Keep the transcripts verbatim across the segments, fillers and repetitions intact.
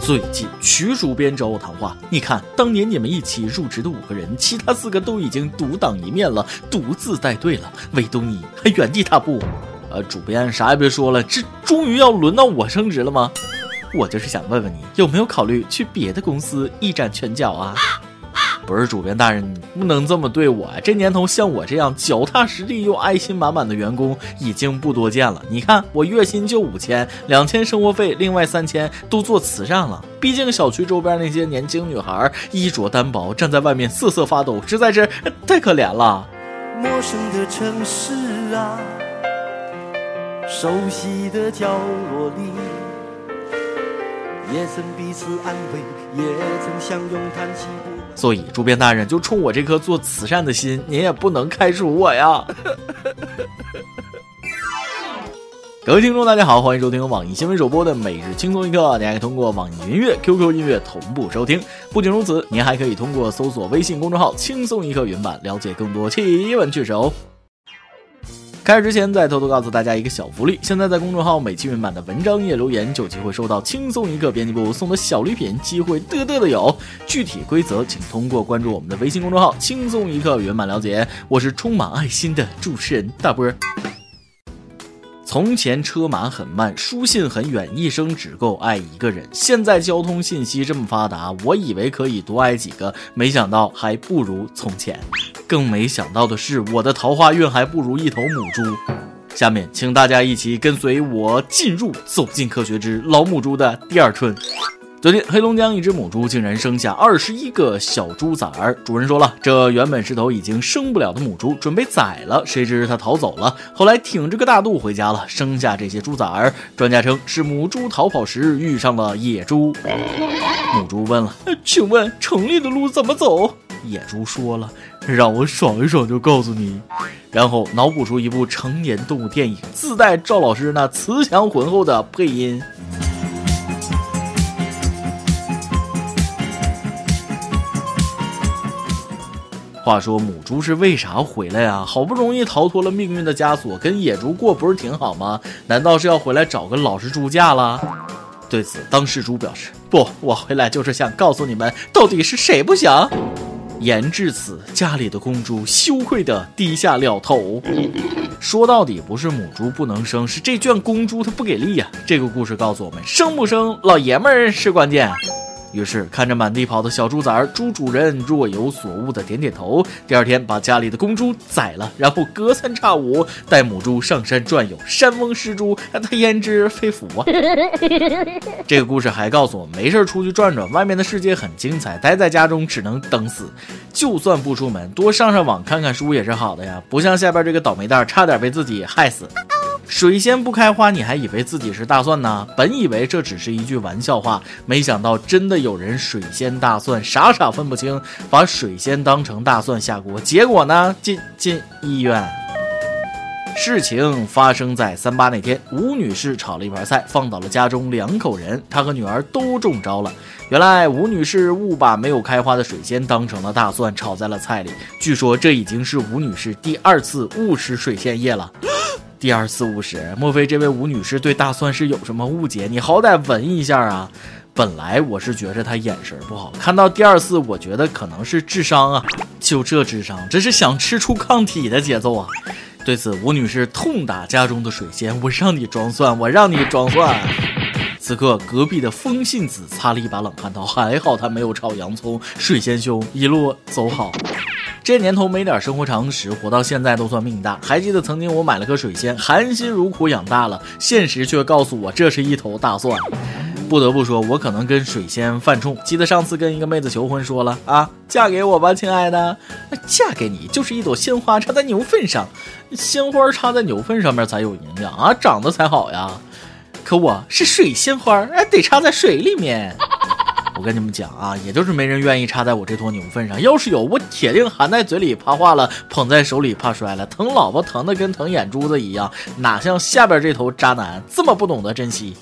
最近曲主编找我谈话，你看当年你们一起入职的五个人，其他四个都已经独当一面了，独自带队了，唯独你还原地踏步。呃，主编啥也别说了，这终于要轮到我升职了吗？我就是想问问你，有没有考虑去别的公司一展拳脚啊？不是主编大人，你不能这么对我啊！这年头像我这样脚踏实地又爱心满满的员工已经不多见了。你看我月薪就五千，两千生活费，另外三千都做慈善了。毕竟小区周边那些年轻女孩衣着单薄，站在外面瑟瑟发抖，实在是太可怜了。 陌生的城市啊，熟悉的角落里，也曾彼此安慰，也曾相拥叹息。 所以主编大人，就冲我这颗做慈善的心，您也不能开除我呀。各位听众大家好，欢迎收听网易新闻首播的每日轻松一刻，您还可以通过网易云音乐 Q Q 音乐同步收听。不仅如此，您还可以通过搜索微信公众号轻松一刻云版了解更多奇闻趣事哦。开始之前再偷偷告诉大家一个小福利，现在在公众号每期云版的文章页留言就有机会收到轻松一刻编辑部送的小礼品，机会嘚嘚的有。具体规则请通过关注我们的微信公众号轻松一刻云版了解。我是充满爱心的主持人大波。从前车马很慢，书信很远，一生只够爱一个人。现在交通信息这么发达，我以为可以多爱几个，没想到还不如从前。更没想到的是，我的桃花运还不如一头母猪。下面请大家一起跟随我进入走进科学之老母猪的第二春。最近黑龙江一只母猪竟然生下二十一个小猪崽儿，主人说了，这原本是头已经生不了的母猪，准备宰了，谁知它逃走了，后来挺着个大肚回家了，生下这些猪崽儿。专家称是母猪逃跑时遇上了野猪。母猪问了，请问城里的路怎么走？野猪说了，让我爽一爽就告诉你。然后脑补出一部成年动物电影，自带赵老师那慈祥浑厚的配音。话说母猪是为啥回来呀？好不容易逃脱了命运的枷锁，跟野猪过不是挺好吗？难道是要回来找个老实猪嫁了？对此当事猪表示，不，我回来就是想告诉你们，到底是谁不想。言至此，家里的公猪羞愧地低下了头。说到底不是母猪不能生，是这圈公猪它不给力呀。这个故事告诉我们，生不生老爷们儿是关键。于是看着满地跑的小猪崽儿，猪主人若有所悟的点点头。第二天把家里的公猪宰了，然后隔三差五带母猪上山转悠，山翁失猪，它焉知非福啊。这个故事还告诉我们，没事出去转转，外面的世界很精彩，待在家中只能等死。就算不出门，多上上网看看书也是好的呀，不像下边这个倒霉蛋差点被自己害死。水仙不开花，你还以为自己是大蒜呢？本以为这只是一句玩笑话，没想到真的有人水仙大蒜傻傻分不清，把水仙当成大蒜下锅，结果呢进进医院。事情发生在三八那天，吴女士炒了一盘菜放到了家中两口人，她和女儿都中招了。原来吴女士误把没有开花的水仙当成了大蒜炒在了菜里，据说这已经是吴女士第二次误食水仙叶了。第二次误食，莫非这位吴女士对大蒜是有什么误解？你好歹闻一下啊！本来我是觉着她眼神不好，看到第二次我觉得可能是智商啊，就这智商，这是想吃出抗体的节奏啊！对此吴女士痛打家中的水仙，我让你装蒜，我让你装蒜。此刻隔壁的风信子擦了一把冷汗道，还好他没有炒洋葱，水仙兄一路走好。这年头没点生活常识，活到现在都算命大。还记得曾经我买了颗水仙，含辛茹苦养大了，现实却告诉我这是一头大蒜。不得不说，我可能跟水仙犯冲。记得上次跟一个妹子求婚说了啊，嫁给我吧，亲爱的。嫁给你就是一朵鲜花插在牛粪上，鲜花插在牛粪上面才有营养啊，长得才好呀。可我是水仙花，哎，得插在水里面。我跟你们讲啊，也就是没人愿意插在我这坨牛粪上，要是有，我铁定含在嘴里怕化了，捧在手里怕摔了，疼老婆疼的跟疼眼珠子一样，哪像下边这头渣男这么不懂得珍惜。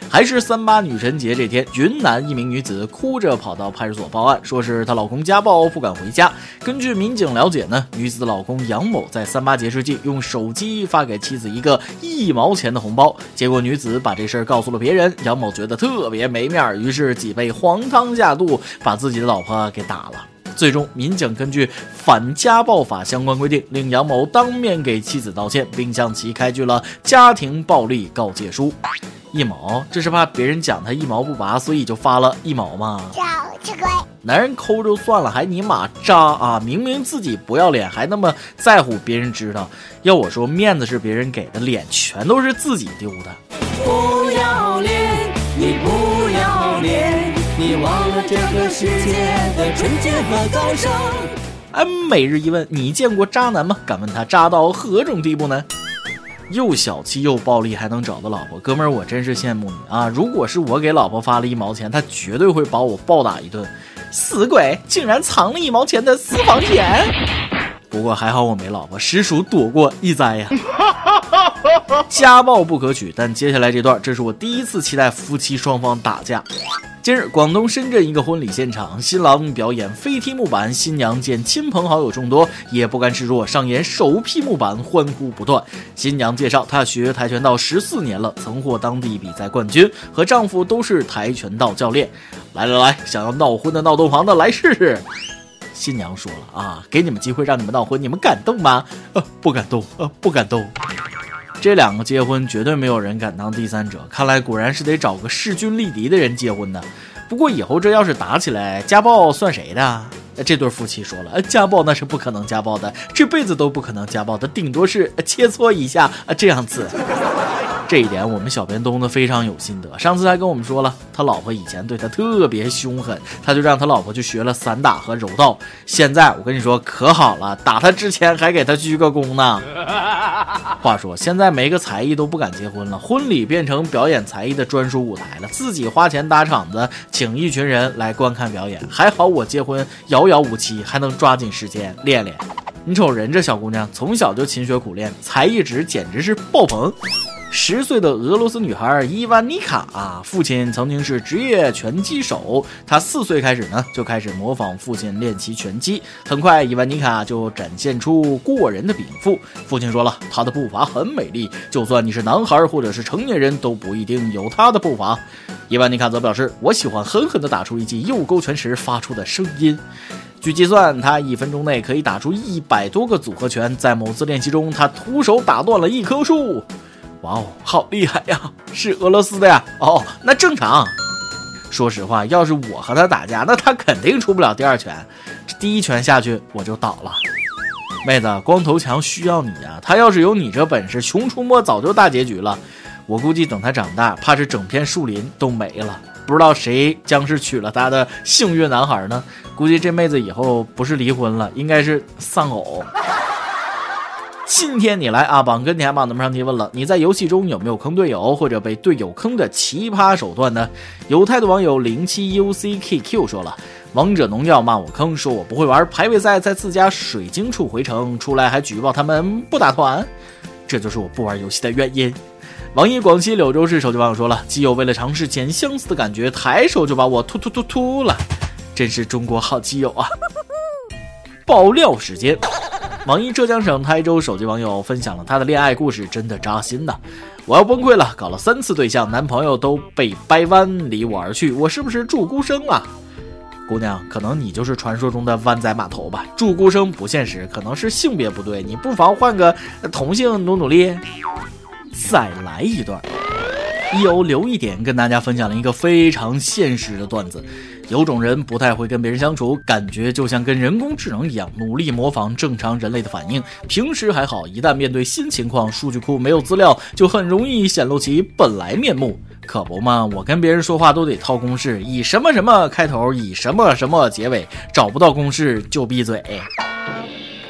还是三八女神节这天，云南一名女子哭着跑到派出所报案，说是她老公家暴不敢回家。根据民警了解呢，女子的老公杨某在三八节之际用手机发给妻子一个一毛钱的红包，结果女子把这事儿告诉了别人，杨某觉得特别没面，于是几杯黄汤下肚，把自己的老婆给打了。最终，民警根据反家暴法相关规定，令杨某当面给妻子道歉，并向其开具了家庭暴力告诫书。一毛，这是怕别人讲他一毛不拔，所以就发了一毛吗？男人抠就算了，还你妈渣啊！明明自己不要脸，还那么在乎别人知道。要我说，面子是别人给的，脸全都是自己丢的。 不要脸，你不要脸，你忘了这个世界的纯洁和高尚。 哎，每日一问，你见过渣男吗？敢问他渣到何种地步呢？又小气又暴力，还能找到老婆，哥们儿，我真是羡慕你啊！如果是我给老婆发了一毛钱，他绝对会把我暴打一顿。死鬼，竟然藏了一毛钱的私房钱！不过还好我没老婆，实属躲过一灾呀。家暴不可取，但接下来这段，这是我第一次期待夫妻双方打架。近日，广东深圳一个婚礼现场，新郎表演飞踢木板，新娘见亲朋好友众多，也不甘示弱，上演手劈木板，欢呼不断。新娘介绍，她学跆拳道十四年了，曾获当地比赛冠军，和丈夫都是跆拳道教练。来来来，想要闹婚的闹洞房的来试试。新娘说了啊，给你们机会让你们闹婚，你们感动吗？呃，不感动，呃，不感动。这两个结婚绝对没有人敢当第三者，看来果然是得找个势均力敌的人结婚的。不过以后这要是打起来，家暴算谁的？这对夫妻说了，家暴那是不可能家暴的，这辈子都不可能家暴的，顶多是切磋一下这样子。这一点我们小编东子非常有心得，上次还跟我们说了，他老婆以前对他特别凶狠，他就让他老婆去学了散打和柔道。现在我跟你说可好了，打他之前还给他鞠个躬呢。话说现在没个才艺都不敢结婚了，婚礼变成表演才艺的专属舞台了，自己花钱搭场子，请一群人来观看表演。还好我结婚遥遥无期，还能抓紧时间练练。你瞅人这小姑娘从小就勤学苦练，才艺值简直是爆棚。十岁的俄罗斯女孩伊万妮卡啊，父亲曾经是职业拳击手，她四岁开始呢就开始模仿父亲练习拳击，很快伊万妮卡就展现出过人的禀赋。父亲说了，她的步伐很美丽，就算你是男孩或者是成年人都不一定有她的步伐。伊万妮卡则表示，我喜欢狠狠地打出一记右勾拳时发出的声音。据计算，他一分钟内可以打出一百多个组合拳，在某次练习中，他徒手打断了一棵树。哇哦，好厉害呀！是俄罗斯的呀？哦，那正常。说实话，要是我和他打架，那他肯定出不了第二拳，这第一拳下去我就倒了。妹子，光头强需要你啊！他要是有你这本事，熊出没早就大结局了。我估计等他长大，怕是整片树林都没了。不知道谁将是娶了他的幸运男孩呢？估计这妹子以后不是离婚了，应该是丧偶。今天你来阿榜跟天榜的上提问了，你在游戏中有没有坑队友或者被队友坑的奇葩手段呢？有态度网友零七 U C K Q 说了，王者农药骂我坑，说我不会玩排位赛，在自家水晶处回城，出来还举报他们不打团，这就是我不玩游戏的原因。网易广西柳州市手机网友说了，基友为了尝试捡相似的感觉，抬手就把我突突突突了，真是中国好基友啊！爆料时间。网易浙江省台州手机网友分享了他的恋爱故事，真的扎心呐！我要崩溃了，搞了三次对象，男朋友都被掰弯离我而去，我是不是祝孤生啊？姑娘，可能你就是传说中的湾仔码头吧，祝孤生不现实，可能是性别不对，你不妨换个同性努努力。再来一段。一欧留一点跟大家分享了一个非常现实的段子，有种人不太会跟别人相处，感觉就像跟人工智能一样，努力模仿正常人类的反应，平时还好，一旦面对新情况，数据库没有资料，就很容易显露其本来面目。可不嘛，我跟别人说话都得套公式，以什么什么开头，以什么什么结尾，找不到公式就闭嘴。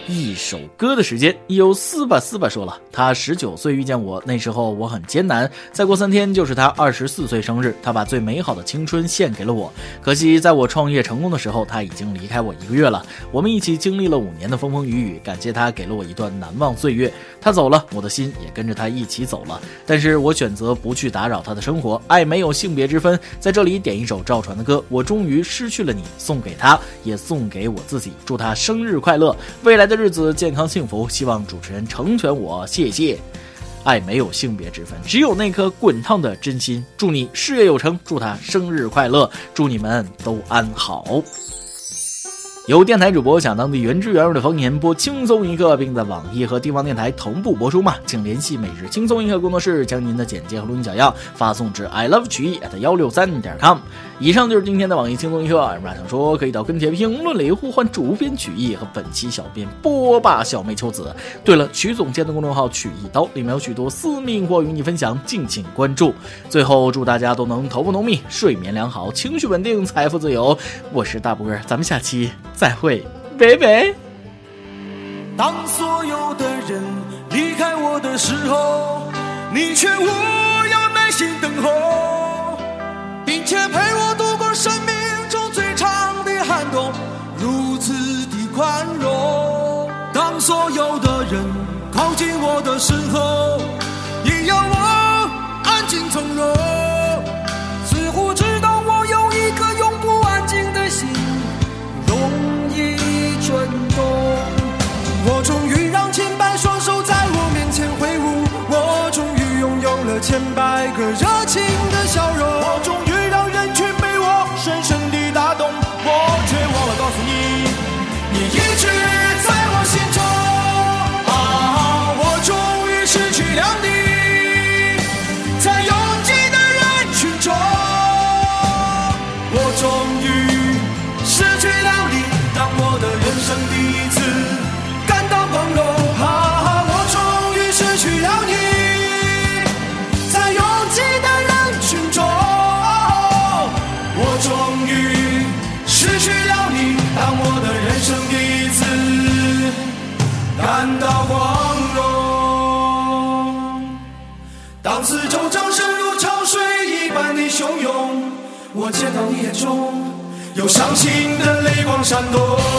一首歌的时间，有斯巴斯巴说了，他十九岁遇见我，那时候我很艰难，再过三天就是他二十四岁生日，他把最美好的青春献给了我。可惜在我创业成功的时候，他已经离开我一个月了。我们一起经历了五年的风风雨雨，感谢他给了我一段难忘岁月。他走了，我的心也跟着他一起走了。但是我选择不去打扰他的生活，爱没有性别之分。在这里点一首赵传的歌《我终于失去了你》，送给他，也送给我自己，祝他生日快乐，未来的日子健康幸福，希望主持人成全我，谢谢。爱没有性别之分，只有那颗滚烫的真心。祝你事业有成，祝他生日快乐，祝你们都安好。有电台主播想当地原汁原味的方言播轻松一刻，并在网易和地方电台同步播出吗？请联系每日轻松一刻工作室，将您的简介和录音小样发送至 i love 曲艺 at 一六三点 com。以上就是今天的网易轻松一刻，有啥想说可以到跟帖评论里呼唤主编曲艺和本期小编波霸小妹秋子。对了，曲总监的公众号曲一刀里面有许多私密或与你分享，敬请关注。最后祝大家都能头发浓密，睡眠良好，情绪稳定，财富自由。我是大波，咱们下期再会，拜拜。 当所有的人离开我的时候，你却无有耐心等候，并且陪我度过生命中最长的寒冬，如此的宽容。当所有的人靠近我的时候，也要我安静从容，似乎知道我有一颗永不安静的心，容易震动。我终于让千百双手在我面前挥舞，我终于拥有了千百个热情的笑容，我终于让人群被我深深地打动，我却忘了告诉你，你一直在我心中。啊，我终于失去了你，在拥挤的人群中，我终于失去了你，当我的人生第一次感到光荣。啊，我终于失去了你，在拥挤的人群中，我终于失去了你，当我的人生第一次感到光荣。当四周掌声如潮水一般的汹涌，我见到你眼中有伤心的泪光闪动。